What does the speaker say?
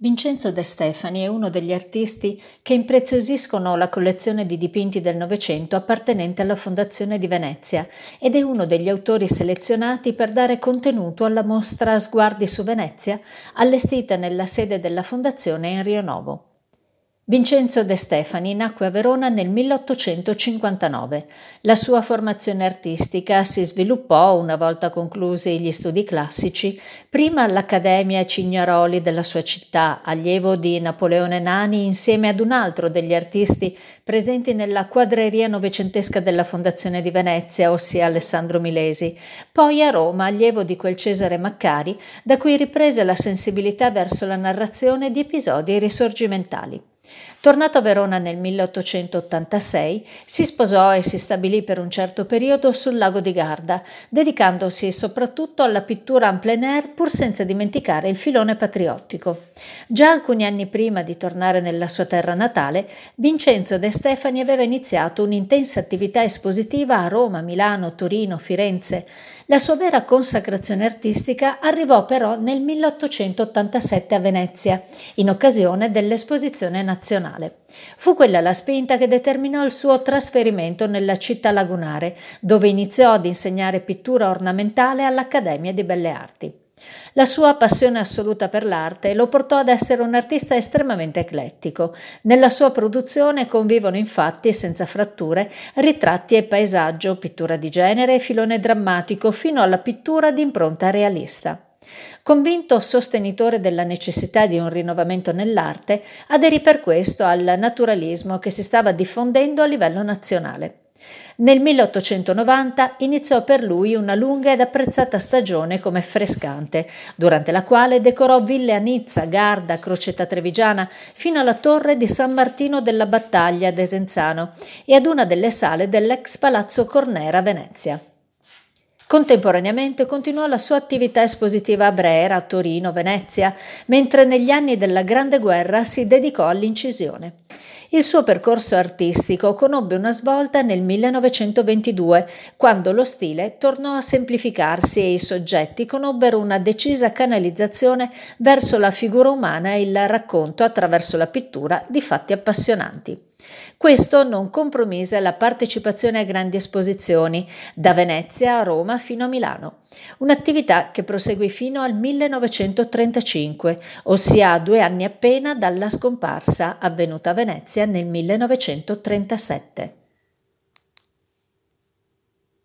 Vincenzo De Stefani è uno degli artisti che impreziosiscono la collezione di dipinti del Novecento appartenente alla Fondazione di Venezia ed è uno degli autori selezionati per dare contenuto alla mostra Sguardi su Venezia, allestita nella sede della Fondazione in Rio Novo. Vincenzo De Stefani nacque a Verona nel 1859. La sua formazione artistica si sviluppò, una volta conclusi gli studi classici, prima all'Accademia Cignaroli della sua città, allievo di Napoleone Nani insieme ad un altro degli artisti presenti nella quadreria novecentesca della Fondazione di Venezia, ossia Alessandro Milesi, poi a Roma, allievo di quel Cesare Maccari, da cui riprese la sensibilità verso la narrazione di episodi risorgimentali. Tornato a Verona nel 1886, si sposò e si stabilì per un certo periodo sul lago di Garda, dedicandosi soprattutto alla pittura en plein air pur senza dimenticare il filone patriottico. Già alcuni anni prima di tornare nella sua terra natale, Vincenzo De Stefani aveva iniziato un'intensa attività espositiva a Roma, Milano, Torino, Firenze. La sua vera consacrazione artistica arrivò però nel 1887 a Venezia, in occasione dell'Esposizione Nazionale. Fu quella la spinta che determinò il suo trasferimento nella città lagunare, dove iniziò ad insegnare pittura ornamentale all'Accademia di Belle Arti. La sua passione assoluta per l'arte lo portò ad essere un artista estremamente eclettico. Nella sua produzione convivono infatti, senza fratture, ritratti e paesaggio, pittura di genere e filone drammatico, fino alla pittura di impronta realista. Convinto sostenitore della necessità di un rinnovamento nell'arte, aderì per questo al naturalismo che si stava diffondendo a livello nazionale. Nel 1890 iniziò per lui una lunga ed apprezzata stagione come frescante, durante la quale decorò ville a Nizza, Garda, Crocetta Trevigiana, fino alla torre di San Martino della Battaglia a Desenzano e ad una delle sale dell'ex Palazzo Cornera a Venezia. Contemporaneamente continuò la sua attività espositiva a Brera, a Torino, Venezia, mentre negli anni della Grande Guerra si dedicò all'incisione. Il suo percorso artistico conobbe una svolta nel 1922, quando lo stile tornò a semplificarsi e i soggetti conobbero una decisa canalizzazione verso la figura umana e il racconto attraverso la pittura di fatti appassionanti. Questo non compromise la partecipazione a grandi esposizioni, da Venezia a Roma fino a Milano, un'attività che proseguì fino al 1935, ossia a 2 anni appena dalla scomparsa avvenuta a Venezia nel 1937.